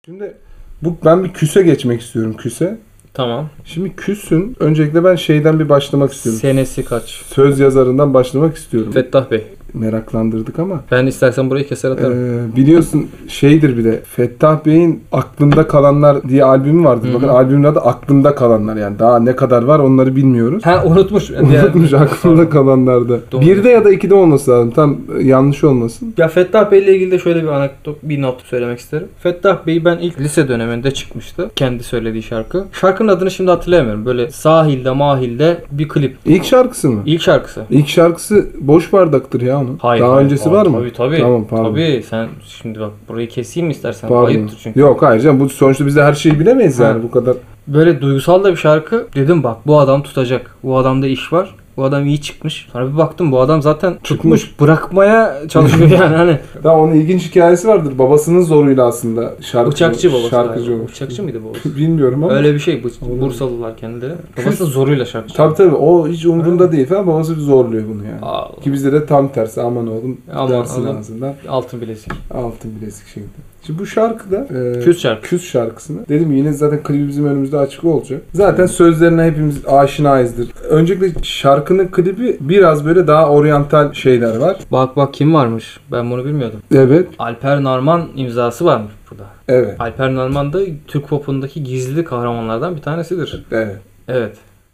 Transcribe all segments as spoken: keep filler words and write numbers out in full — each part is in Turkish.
Şimdi bu ben bir küse geçmek istiyorum küse. Tamam. Şimdi küsün öncelikle ben şeyden bir başlamak istiyorum. Senesi kaç? Söz yazarından başlamak istiyorum. Fettah Bey. Meraklandırdık ama. Ben istersen burayı keser atarım. Ee, biliyorsun şeydir bir de Fettah Bey'in Aklımda Kalanlar diye albümü vardır. Hı-hı. Bakın albümün adı Aklımda Kalanlar, yani daha ne kadar var onları bilmiyoruz. Ha unutmuş. Unutmuş Aklımda Kalanlar'da. Doğru. Birde ya da ikide olması lazım. Tam yanlış olmasın. Ya Fettah Bey ile ilgili de şöyle bir anekdot, bir not söylemek isterim. Fettah Bey ben ilk lise döneminde çıkmıştı. Kendi söylediği şarkı. Şarkının adını şimdi hatırlayamıyorum. Böyle sahilde mahilde bir klip. İlk şarkısı mı? İlk şarkısı. İlk şarkısı Boş Bardaktır ya onun. Hayır. Daha hayır, öncesi Aa, var mı? Tabii tabii. Tamam, pardon. Tabii sen şimdi bak burayı keseyim mi istersen? Pardon. Ayıptır çünkü. Yok hayır canım, bu sonuçta biz de her şeyi bilemeyiz yani Ha. bu kadar. Böyle duygusal da bir şarkı. Dedim bak bu adam tutacak. Bu adamda iş var. Bu adam iyi çıkmış. Sonra bir baktım bu adam zaten tutmuş. Bırakmaya çalışıyor yani hani. Daha onun ilginç hikayesi vardır. Babasının zoruyla aslında şarkı, Bıçakçı babası. şarkıcı galiba. olmuş. Bıçakçı mıydı babası? Bilmiyorum ama. Öyle bir şey. Bu, Olabilir. Bursalılar kendileri. Babası zoruyla şarkıcı. Tabii tabii o hiç umurunda değil falan, babası bir zorluyor bunu yani. Aa, Ki bizde de tam tersi, aman oğlum Aman dersin oğlum. ağzından altın bilezik. altın bilezik şeklinde. Şimdi bu şarkıda e, Küs şarkı. Küs şarkısını dedim yine zaten klibi bizim önümüzde açık olacak. Zaten sözlerine hepimiz aşinayızdır. Öncelikle şarkının klibi biraz böyle daha oryantal şeyler var. Bak bak kim varmış? Ben bunu bilmiyordum. Evet. Alper Narman imzası varmış burada. Evet. Alper Narman da Türk popundaki gizli kahramanlardan bir tanesidir. Evet. Evet.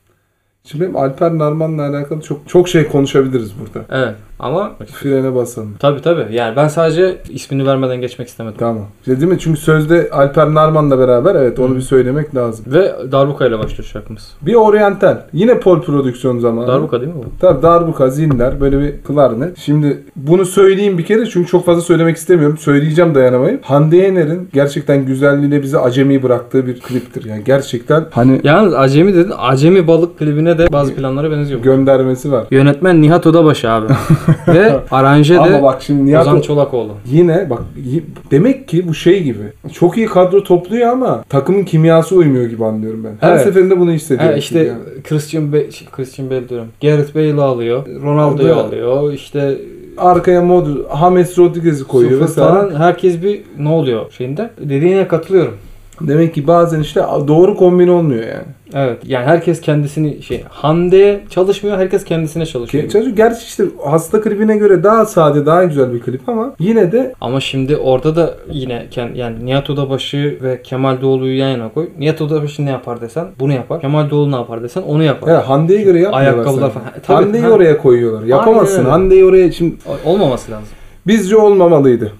Şimdi benim Alper Narman'la alakalı çok çok şey konuşabiliriz burada. Evet. Ama Frene basalım. tabii tabii. Yani ben sadece ismini vermeden geçmek istemedim. Tamam. İşte değil mi? Çünkü sözde Alper Narman'la beraber evet onu Hı. bir söylemek lazım. Ve Darbuka ile başlıyor şarkımız. Bir oryantal. Yine pol prodüksiyon zamanı. Darbuka değil mi bu? Tabii darbuka, ziller, böyle bir klarnet. Şimdi bunu söyleyeyim bir kere çünkü çok fazla söylemek istemiyorum. Söyleyeceğim dayanamayıp. Hande Yener'in gerçekten güzelliğiyle bizi acemi bıraktığı bir kliptir. Yani gerçekten hani Yalnız acemi dedin. Acemi balık klibine de bazı planlara benziyor. göndermesi var. Yönetmen Nihat Odabaşı abi. Ve aranje Ama de bak şimdi Nihat Ozan o- Çolakoğlu. Yine bak y- demek ki bu şey gibi. Çok iyi kadro topluyor ama takımın kimyası uymuyor gibi anlıyorum ben. Her Evet. seferinde bunu hissediyorum. Ha, işte yani. Christian Bale, Christian Bale diyorum. Gareth Bale'ı alıyor. Ronaldo'yu Evet. alıyor. İşte Arkaya mod James Rodriguez'i koyuyor Sıfır vesaire. falan herkes bir ne oluyor şeyinde. Dediğine katılıyorum. Demek ki bazen işte doğru kombin olmuyor yani. Evet. Yani herkes kendisini şey Hande çalışmıyor. Herkes kendisine çalışıyor. Ge- Çocuk gerçi işte hasta klibine göre daha sade, daha güzel bir klip ama yine de Ama şimdi orada da yine kend- yani Nihat Odabaşı ve Kemal Doğulu'yu yan yana koy. Nihat Odabaşı ne yapar desen bunu yapar. Kemal Doğulu ne yapar desen onu yapar. evet, Hande'ye göre yapmıyorlar. Ayakkabılar sanki. falan. Ha, tabii, Hande'yi ha. oraya koyuyorlar. Yapamazsın. öyle. Hande'yi oraya şimdi Olmaması lazım. bizce olmamalıydı.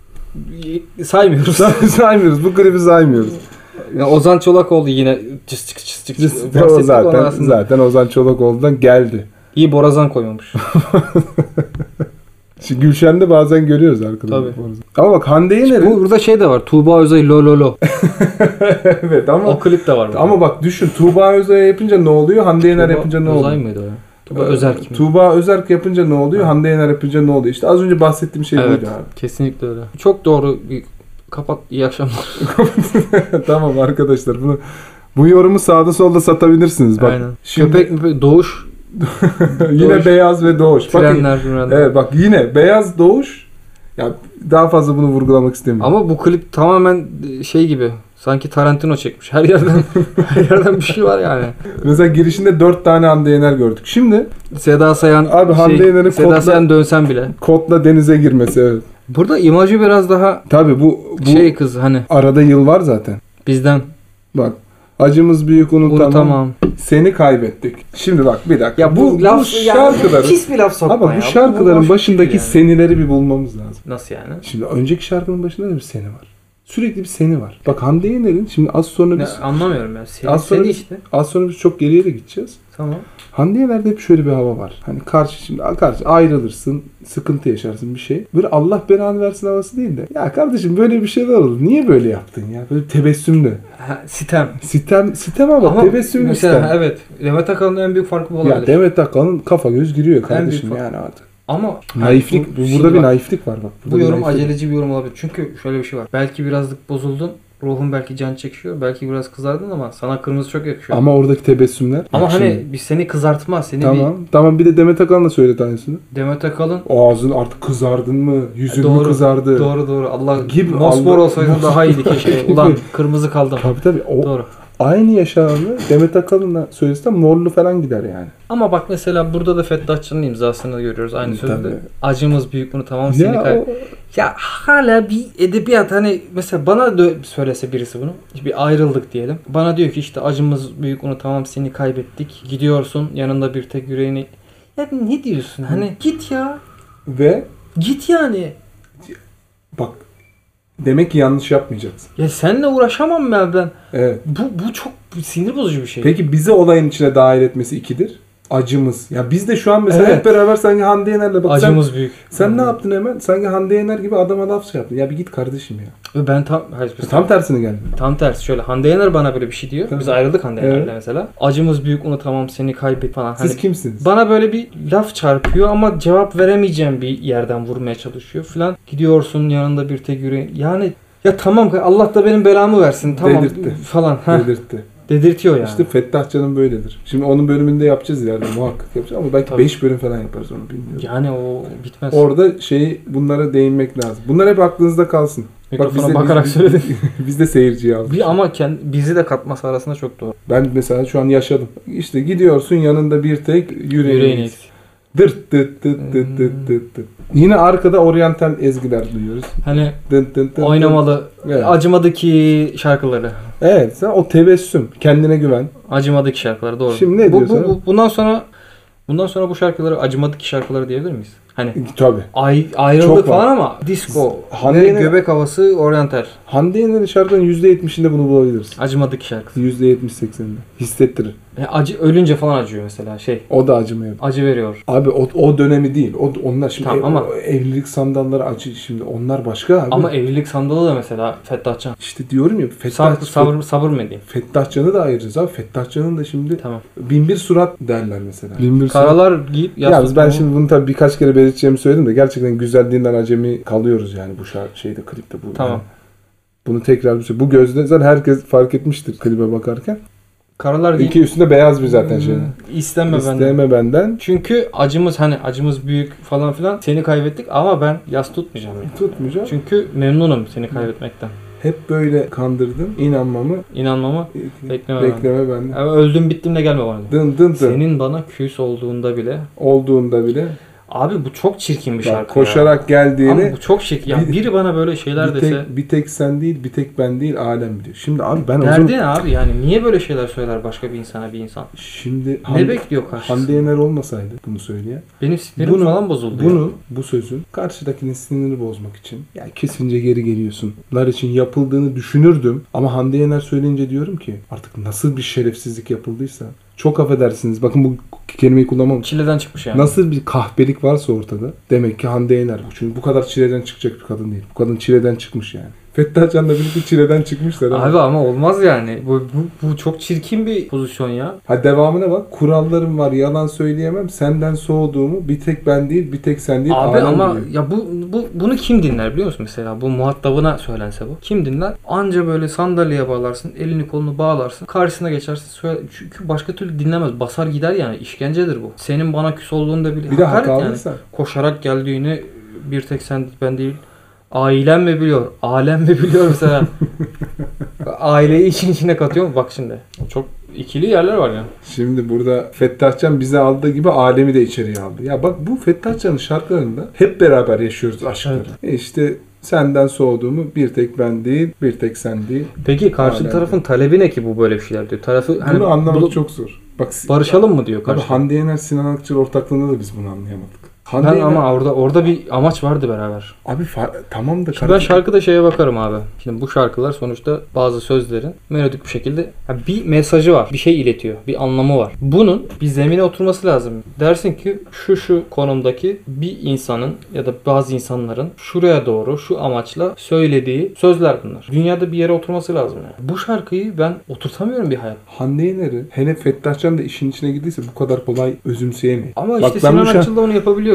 Saymıyoruz. Saymıyoruz. Bu klibi saymıyoruz. Ya Ozan Çolakoğlu yine cıs çık cıs çık. cıs. o Bahsettik onun zaten arasında. zaten Ozan Çolakoğlu'dan geldi. İyi borazan koymamış. Şimdi Gülşen'de bazen görüyoruz arkadaşlar. Tabii. Ama bak Hande Yener'in Bu burada şey de var. Tuğba Özay lo lo lo. evet ama O klip de var burada. ama bak düşün, Tuğba Özay yapınca ne oluyor? Hande Yener Tuğba yapınca ne Özay oluyor? mıydı o ya? Tuğba Özerk mi? Tuğba Özerk yapınca ne oluyor? Hande Yener yapınca ne oluyor? İşte az önce bahsettiğim şey Evet. buydu abi. Kesinlikle öyle. Çok doğru. Bir kapat. İyi akşamlar. Tamam arkadaşlar, bunu bu yorumu sağda solda satabilirsiniz. Bak, Aynen. şimdi Köpek mi? Doğuş. yine Doğuş. Beyaz ve Doğuş. Bakın, Trenler. trenler. evet bak yine Beyaz Doğuş. Ya daha fazla bunu vurgulamak istemiyorum. Ama bu klip tamamen şey gibi. Sanki Tarantino çekmiş. Her yerden her yerden bir şey var yani. Mesela girişinde dört tane Hande Yener gördük. Şimdi Seda Sayan Abi Hande şey, Yener'in Seda kodla- Sayan dönsen bile. kotla denize girmesi, evet. Burada imajı biraz daha Tabii bu, bu şey kız hani arada yıl var zaten. bizden Bak. Acımız büyük, unutamam. unutamam. Seni kaybettik. Şimdi bak bir dakika. Ya bu, laf şarkıların pis bir laf sokma ama ya. bu şarkıların boş başındaki bir şey yani. senileri bir bulmamız lazım. Nasıl yani? Şimdi önceki şarkının başında da bir seni var. Sürekli bir seni var. Bak Hande Yener'in şimdi az sonra Ne, biz anlamıyorum ben. Seni, az sonra seni biz, işte. az sonra biz çok geriye de gideceğiz. Tamam. Hande Yener'de hep şöyle bir hava var. Hani karşı şimdi karşı ayrılırsın, sıkıntı yaşarsın bir şey. Böyle Allah belanı versin havası değil de. Ya kardeşim böyle bir şeyler oldu. Niye böyle yaptın ya? Böyle tebessümlü. Ha, sitem. Sitem, sitem ama, Ama tebessümlü mesela sitem. evet. Demet Akalın'ın en büyük farkı bu olabilir. Ya Demet Akalın kafa göz giriyor kardeşim büyük yani artık. Ama Naiflik, yani bu, bu- burada şimdi bir bak, naiflik var bak. Burada bu bir yorum naiflik. aceleci bir yorum olabilir. Çünkü şöyle bir şey var. Belki birazcık bozuldun. ruhun belki can çekişiyor. Belki biraz kızardın ama sana kırmızı çok yakışıyor. Ama oradaki tebessümler. Ama Bak hani şimdi. biz seni kızartmaz. Seni Tamam. Tamam bir de Demet Akalın'la söyle tanesini. bir Demet Akalın. Ağzın artık kızardın mı? Yüzün mü Doğru, kızardı? Doğru doğru. Allah Gibi, mosmor Allah- olsaydı daha iyiydi keşke. Ulan kırmızı kaldım. Tabii tabii. O Doğru. aynı yaşananı Demet Akalın'la söylesem morlu falan gider yani. Ama bak mesela burada da Fettahçı'nın imzasını görüyoruz aynı Tabii. sözde. Acımız büyük bunu tamam seni Ya kay- o- Ya hala bir edebiyat hani mesela bana dö- söylese birisi bunu. Bir ayrıldık diyelim. Bana diyor ki işte acımız büyük onu tamam seni kaybettik. Gidiyorsun yanında bir tek yüreğini. Ya ne diyorsun? Hani git ya. Ve Git yani. bak demek ki yanlış yapmayacaksın. Ya seninle uğraşamam ben ben. Evet. Bu bu çok sinir bozucu bir şey. Peki bizi olayın içine dahil etmesi ikidir. Acımız. Ya biz de şu an mesela Evet. hep beraber sanki Hande Yener'le bak Acımız sen, büyük. sen ne yaptın hemen? Sanki Hande Yener gibi adama laf şey yaptın. Ya bir git kardeşim ya. Ben tam hayır, biz- Tam tersine geldi. tam tersi şöyle Hande Yener bana böyle bir şey diyor. Tamam. Biz ayrıldık Hande Yener'le Evet. mesela. Acımız büyük unutamam seni kaybet falan. Siz Hani kimsiniz? bana böyle bir laf çarpıyor ama cevap veremeyeceğim bir yerden vurmaya çalışıyor falan. Gidiyorsun yanında bir tek yüreğin. Yani ya tamam Allah da benim belamı versin tamam Dedirtti. falan. Heh, Dedirtti. dedirtiyor yani. İşte Fettah Can'ın böyledir. Şimdi onun bölümünde yapacağız ileride muhakkak yapacağız ama belki Tabii. beş bölüm falan yaparız onu bilmiyorum. Yani o bitmez. Orada şeyi bunlara değinmek lazım. Bunlar hep aklınızda kalsın. Mikrofona biz de- bakarak biz- söyledin. Biz de seyirciyi aldık. Bir ama kendi, bizi de katması arasında çok doğru. Ben mesela şu an yaşadım. İşte gidiyorsun yanında bir tek yüreğin. Yüreğin eksik. Dırt dıt dıt dıt dıt dıt dıt. Yine arkada oryantal ezgiler duyuyoruz. Hani Dıt dıt dıt oynamalı, Evet. acımadı ki şarkıları. Evet sen o tebessüm, kendine güven. Acımadı ki şarkıları doğru. Şimdi ne bu, diyorsun? bu, bu, bundan sonra bundan sonra bu şarkıları acımadı ki şarkıları diyebilir miyiz? Hani Tabii. ay, ayrıldık Çok var. falan ama disco, Hande ve Yener- göbek havası, oryantal. Hande Yener'in şarkıların yüzde yetmişinde bunu bulabiliriz. Acımadı ki şarkısı. yüzde yetmiş sekseninde. Hissettirir. E, acı ölünce falan acıyor mesela şey. O da acımıyor. Acı veriyor. Abi o, o dönemi değil. O onlar şimdi Tamam ev- ama- o evlilik sandalları acı şimdi onlar başka abi. Ama evlilik sandalı da mesela Fettah Can. işte diyorum ya Fettah, Sabır, sabır, sabır mı diyeyim? Fettah Can'ı da ayıracağız abi. Fettah Can'ın da şimdi Tamam. bin bir surat derler mesela. Bin bir surat. Karalar giyip yas Ya ben tutmalı. şimdi bunu tabii birkaç kere belirteceğimi söyledim de gerçekten güzelliğinden acemi kalıyoruz yani bu şarkı şeyde klipte bu. Tamam. Yani bunu tekrar bir şey. Bu gözde zaten herkes fark etmiştir klibe bakarken. Karalar giyip İki üstünde beyaz bir zaten şey. Hmm, İstenme benden. İsteme benden. Çünkü acımız hani acımız büyük falan filan seni kaybettik ama ben yas tutmayacağım ya. Tutmayacağım. Çünkü memnunum seni kaybetmekten. Hep böyle kandırdın. İnanmamı İnanmamı bekleme, bekleme benden. Ama öldüm bittim de gelme bana. Dın dın dın. Senin bana küs olduğunda bile. Olduğunda bile Abi bu çok çirkin bir bak, şarkı koşarak ya. geldiğini Ama bu çok çirkin. Ya bir- biri bana böyle şeyler bir dese. tek, bir tek sen değil, bir tek ben değil, alem diyor. Şimdi abi ben o Derdi zaman ne abi yani niye böyle şeyler söyler başka bir insana bir insan? şimdi Ne Hande, bekliyor karşısında? Hande Yener olmasaydı bunu söyleyen. Benim sinirim Bunu- falan bozuldu. ya. Bunu, bu sözün karşıdakinin sinirini bozmak için ya kesince geri geliyorsun. Lar için yapıldığını düşünürdüm ama Hande Yener söyleyince diyorum ki artık nasıl bir şerefsizlik yapıldıysa çok affedersiniz. Bakın bu kelimeyi kullanmam. Çileden çıkmış yani. Nasıl bir kahpelik varsa ortada demek ki Hande Yener bu. Çünkü bu kadar çileden çıkacak bir kadın değil. Bu kadın çileden çıkmış yani. Fettah Can'la birlikte çileden çıkmışlar. Abi ama olmaz yani. Bu, bu, bu çok çirkin bir pozisyon ya. Ha devamına bak. Kurallarım var. Yalan söyleyemem. Senden soğuduğumu bir tek ben değil, bir tek sen değil. Abi alem ama diyor. ya bu, bu bunu kim dinler biliyor musun mesela? Bu muhatabına söylense bu. Kim dinler? Anca böyle sandalyeye bağlarsın, elini kolunu bağlarsın, karşısına geçersin. Söyle, çünkü başka türlü dinlemez. Basar gider yani. İşkencedir bu. Senin bana küs olduğunda bile Bir de hakaret yani. hatalıysa. Koşarak geldiğini bir tek sen ben değil. Ailem mi biliyor? Alem mi biliyor mesela? Aileyi işin içine katıyor mu? Bak şimdi. Çok ikili yerler var ya. Şimdi burada Fettah Can bize aldığı gibi alemi de içeriye aldı. Ya bak bu Fettah Can'ın şarkılarında hep beraber yaşıyoruz aşkları. Evet. E işte senden soğuduğumu bir tek ben değil, bir tek sen değil. Peki karşı Alem. tarafın talebi ne ki bu böyle bir şeyler diyor? Tarafı hani Bunu anlamak bu- çok zor. Bak barışalım mı diyor Abi karşı. Hande Yener Sinan Akçıl ortaklığında da biz bunu anlayamadık. Hande Ben Yener, ama orada orada bir amaç vardı beraber. abi fa- tamam da Şimdi ben şarkıda şeye bakarım abi. Şimdi bu şarkılar sonuçta bazı sözlerin melodik bir şekilde ya bir mesajı var. Bir şey iletiyor. Bir anlamı var. Bunun bir zemine oturması lazım. Dersin ki şu şu konumdaki bir insanın ya da bazı insanların şuraya doğru şu amaçla söylediği sözler bunlar. Dünyada bir yere oturması lazım yani. Bu şarkıyı ben oturtamıyorum bir hayat. Hande Yener'i hele Fettah Can da işin içine girdiyse bu kadar kolay özümseyemeyiz. Ama Bak işte ben Sinan bu şarkı- Akçıl'da onu yapabiliyorum.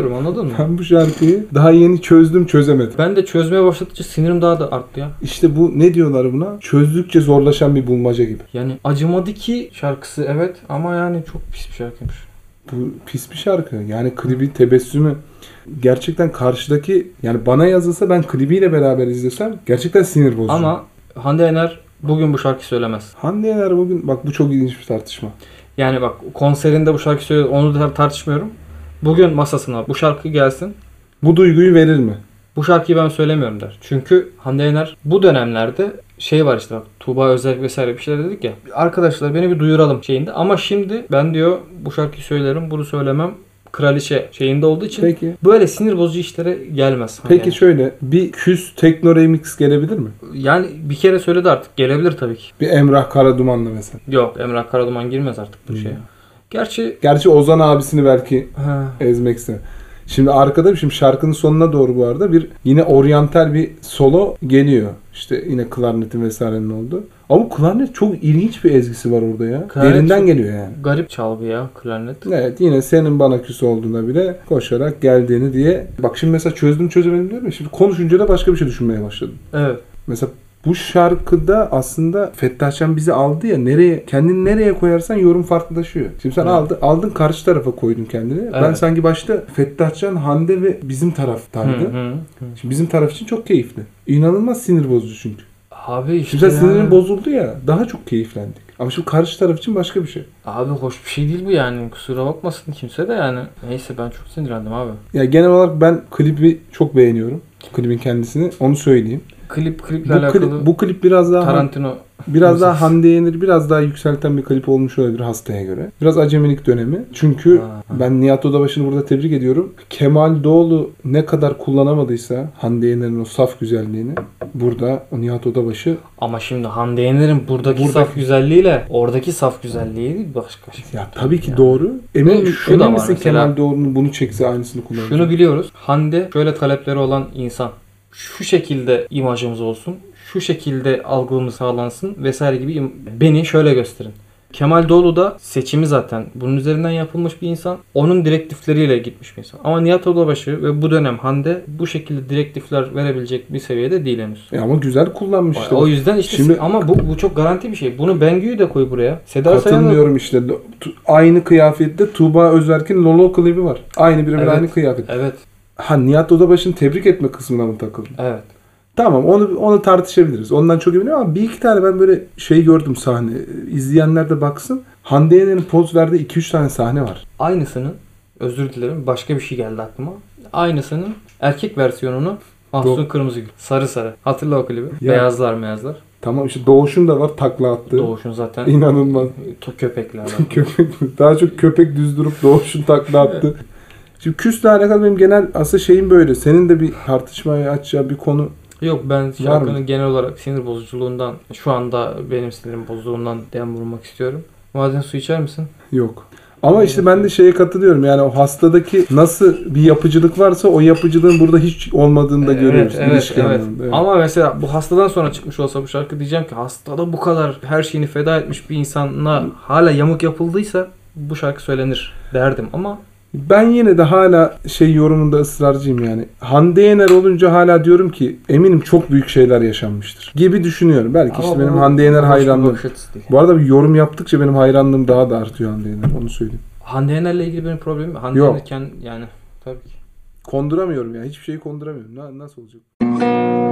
seviyorum, anladın mı? Ben bu şarkıyı daha yeni çözdüm çözemedim. Ben de çözmeye başladıkça sinirim daha da arttı ya. İşte bu ne diyorlar buna? Çözdükçe zorlaşan bir bulmaca gibi. Yani Acımadı Ki şarkısı evet ama yani çok pis bir şarkıymış. Bu pis bir şarkı. Yani klibi, tebessümü gerçekten karşıdaki, yani bana yazılsa ben klibiyle beraber izlesem gerçekten sinir bozucu. Ama Hande Yener bugün bu şarkı söylemez. Hande Yener bugün, bak bu çok ilginç bir tartışma. Yani bak konserinde bu şarkı söylüyor, onu da tartışmıyorum. Bugün masasına bu şarkı gelsin. Bu duyguyu verir mi? Bu şarkıyı ben söylemiyorum der. Çünkü Hande Yener bu dönemlerde şey var işte bak Tuğba Özerk vesaire bir şeyler dedik ya. Arkadaşlar beni bir duyuralım şeyinde. Ama şimdi ben diyor bu şarkıyı söylerim, bunu söylemem. Kraliçe şeyinde olduğu için Peki. böyle sinir bozucu işlere gelmez. Peki yani. şöyle bir küs tekno remix gelebilir mi? Yani bir kere söyledi artık. Gelebilir tabii ki. Bir Emrah Karaduman'la mesela. Yok, Emrah Karaduman girmez artık bu Hmm. şeye. Gerçi Gerçi Ozan abisini belki ha, ezmek ister. Şimdi arkada şimdi şarkının sonuna doğru bu arada bir yine oryantal bir solo geliyor. İşte yine klarnetin vesairenin oldu. Ama klarnet çok ilginç bir ezgisi var orada ya. Klarnet Derinden çok geliyor yani. garip çalgı ya klarnet. Evet, yine senin bana küs olduğuna bile koşarak geldiğini diye. Bak şimdi mesela çözdüm çözemedim diyorum ya. Şimdi konuşunca da başka bir şey düşünmeye başladım. Evet. Mesela bu şarkıda aslında Fettah Can bizi aldı ya, nereye kendini nereye koyarsan yorum farklılaşıyor. Şimdi sen Evet. aldın, aldın karşı tarafa koydun kendini. Ben Evet. sanki başta Fettah Can, Hande ve bizim taraftaydı. Hı hı. Şimdi bizim taraf için çok keyifli. İnanılmaz sinir bozucu çünkü. Abi işte Şimdi sen yani- sinirin bozuldu ya, daha çok keyiflendik. Ama şimdi karşı taraf için başka bir şey. Abi hoş bir şey değil bu yani. Kusura bakmasın kimse de yani. Neyse ben çok sinirlendim abi. Ya genel olarak ben klibi çok beğeniyorum. Klibin kendisini, onu söyleyeyim. Klip kliple Bu alakalı klip, bu klip biraz daha Tarantino biraz daha Neyse. Hande Yener'i biraz daha yükselten bir klip olmuş olabilir Hasta'ya göre. Biraz acemilik dönemi. Çünkü Ha, ha. ben Nihat Odabaşı'nı burada tebrik ediyorum. Kemal Doğulu ne kadar kullanamadıysa Hande Yener'in o saf güzelliğini, burada o Nihat Odabaşı, Ama şimdi Hande Yener'in buradaki, Buradaki- saf güzelliğiyle oradaki saf güzelliği başka şey. ya tabii ki Yani. doğru. Emin, Ve şu emin da var misin mesela- Kemal Doğulu'nun bunu çekse aynısını kullanacak? Şunu biliyoruz. Hande şöyle talepleri olan insan. Şu şekilde imajımız olsun. Şu şekilde algımız sağlansın vesaire gibi im- beni şöyle gösterin. Kemal Doğulu da seçimi zaten bunun üzerinden yapılmış bir insan. Onun direktifleriyle gitmiş bir insan. Ama Nihat Odabaşı ve bu dönem Hande bu şekilde direktifler verebilecek bir seviyede değil henüz. Ya ama güzel kullanmış işte. O yüzden işte Şimdi- ama bu bu çok garanti bir şey. Bunu Bengü'yü de koy buraya. Seda Sayan'ı Katılmıyorum işte. Tu- Aynı kıyafette Tuğba Özerk'in Lolo klibi var. Aynı birebir Evet. aynı kıyafet. Evet. Ha, Nihat Odabaşı'nı tebrik etme kısmına mı takıldın? Evet. Tamam, onu onu tartışabiliriz. Ondan çok eminim ama bir iki tane ben böyle şey gördüm sahne. İzleyenler de baksın. Hande Yener'in poz verdiği iki üç tane sahne var. Aynısının özür dilerim başka bir şey geldi aklıma. Aynısının erkek versiyonunu Mahsun Do- Kırmızıgül. Sarı sarı. Hatırla o klibi. Ya. Beyazlar beyazlar. Tamam, işte Doğuş'un da var takla attığı. Doğuş'un zaten İnanılmaz. to köpekler. Köpek, daha çok köpek düz durup Doğuş'un takla attı. Şimdi küsle alakalı benim genel aslında şeyim böyle. Senin de bir tartışmaya açacağı bir konu. Yok ben mı? şarkının genel olarak sinir bozuculuğundan şu anda benim sinirim bozduğundan dem vurmak istiyorum. Maden su içer misin? Yok. Ama işte ben de şeye katılıyorum. Yani o hastadaki nasıl bir yapıcılık varsa o yapıcılığın burada hiç olmadığını da görüyoruz. Evet, evet, ilişki evet. anlamında. Evet. Ama mesela bu hastadan sonra çıkmış olsa bu şarkı diyeceğim ki hastada bu kadar her şeyini feda etmiş bir insana hala yamuk yapıldıysa bu şarkı söylenir derdim ama Ben yine de hala şey yorumunda ısrarcıyım yani. Hande Yener olunca hala diyorum ki eminim çok büyük şeyler yaşanmıştır gibi düşünüyorum. Belki işte Ama benim bu Hande Yener hoş bir hayranlığım. bakış açısı değil. Bu arada bir yorum yaptıkça benim hayranlığım daha da artıyor Hande Yener. Onu söyleyeyim. Hande Yener'le ilgili benim problemim yok. Hande Yok. Yener kend- yani tabii ki. Konduramıyorum ya. Hiçbir şeyi konduramıyorum. Na- Nasıl olacak?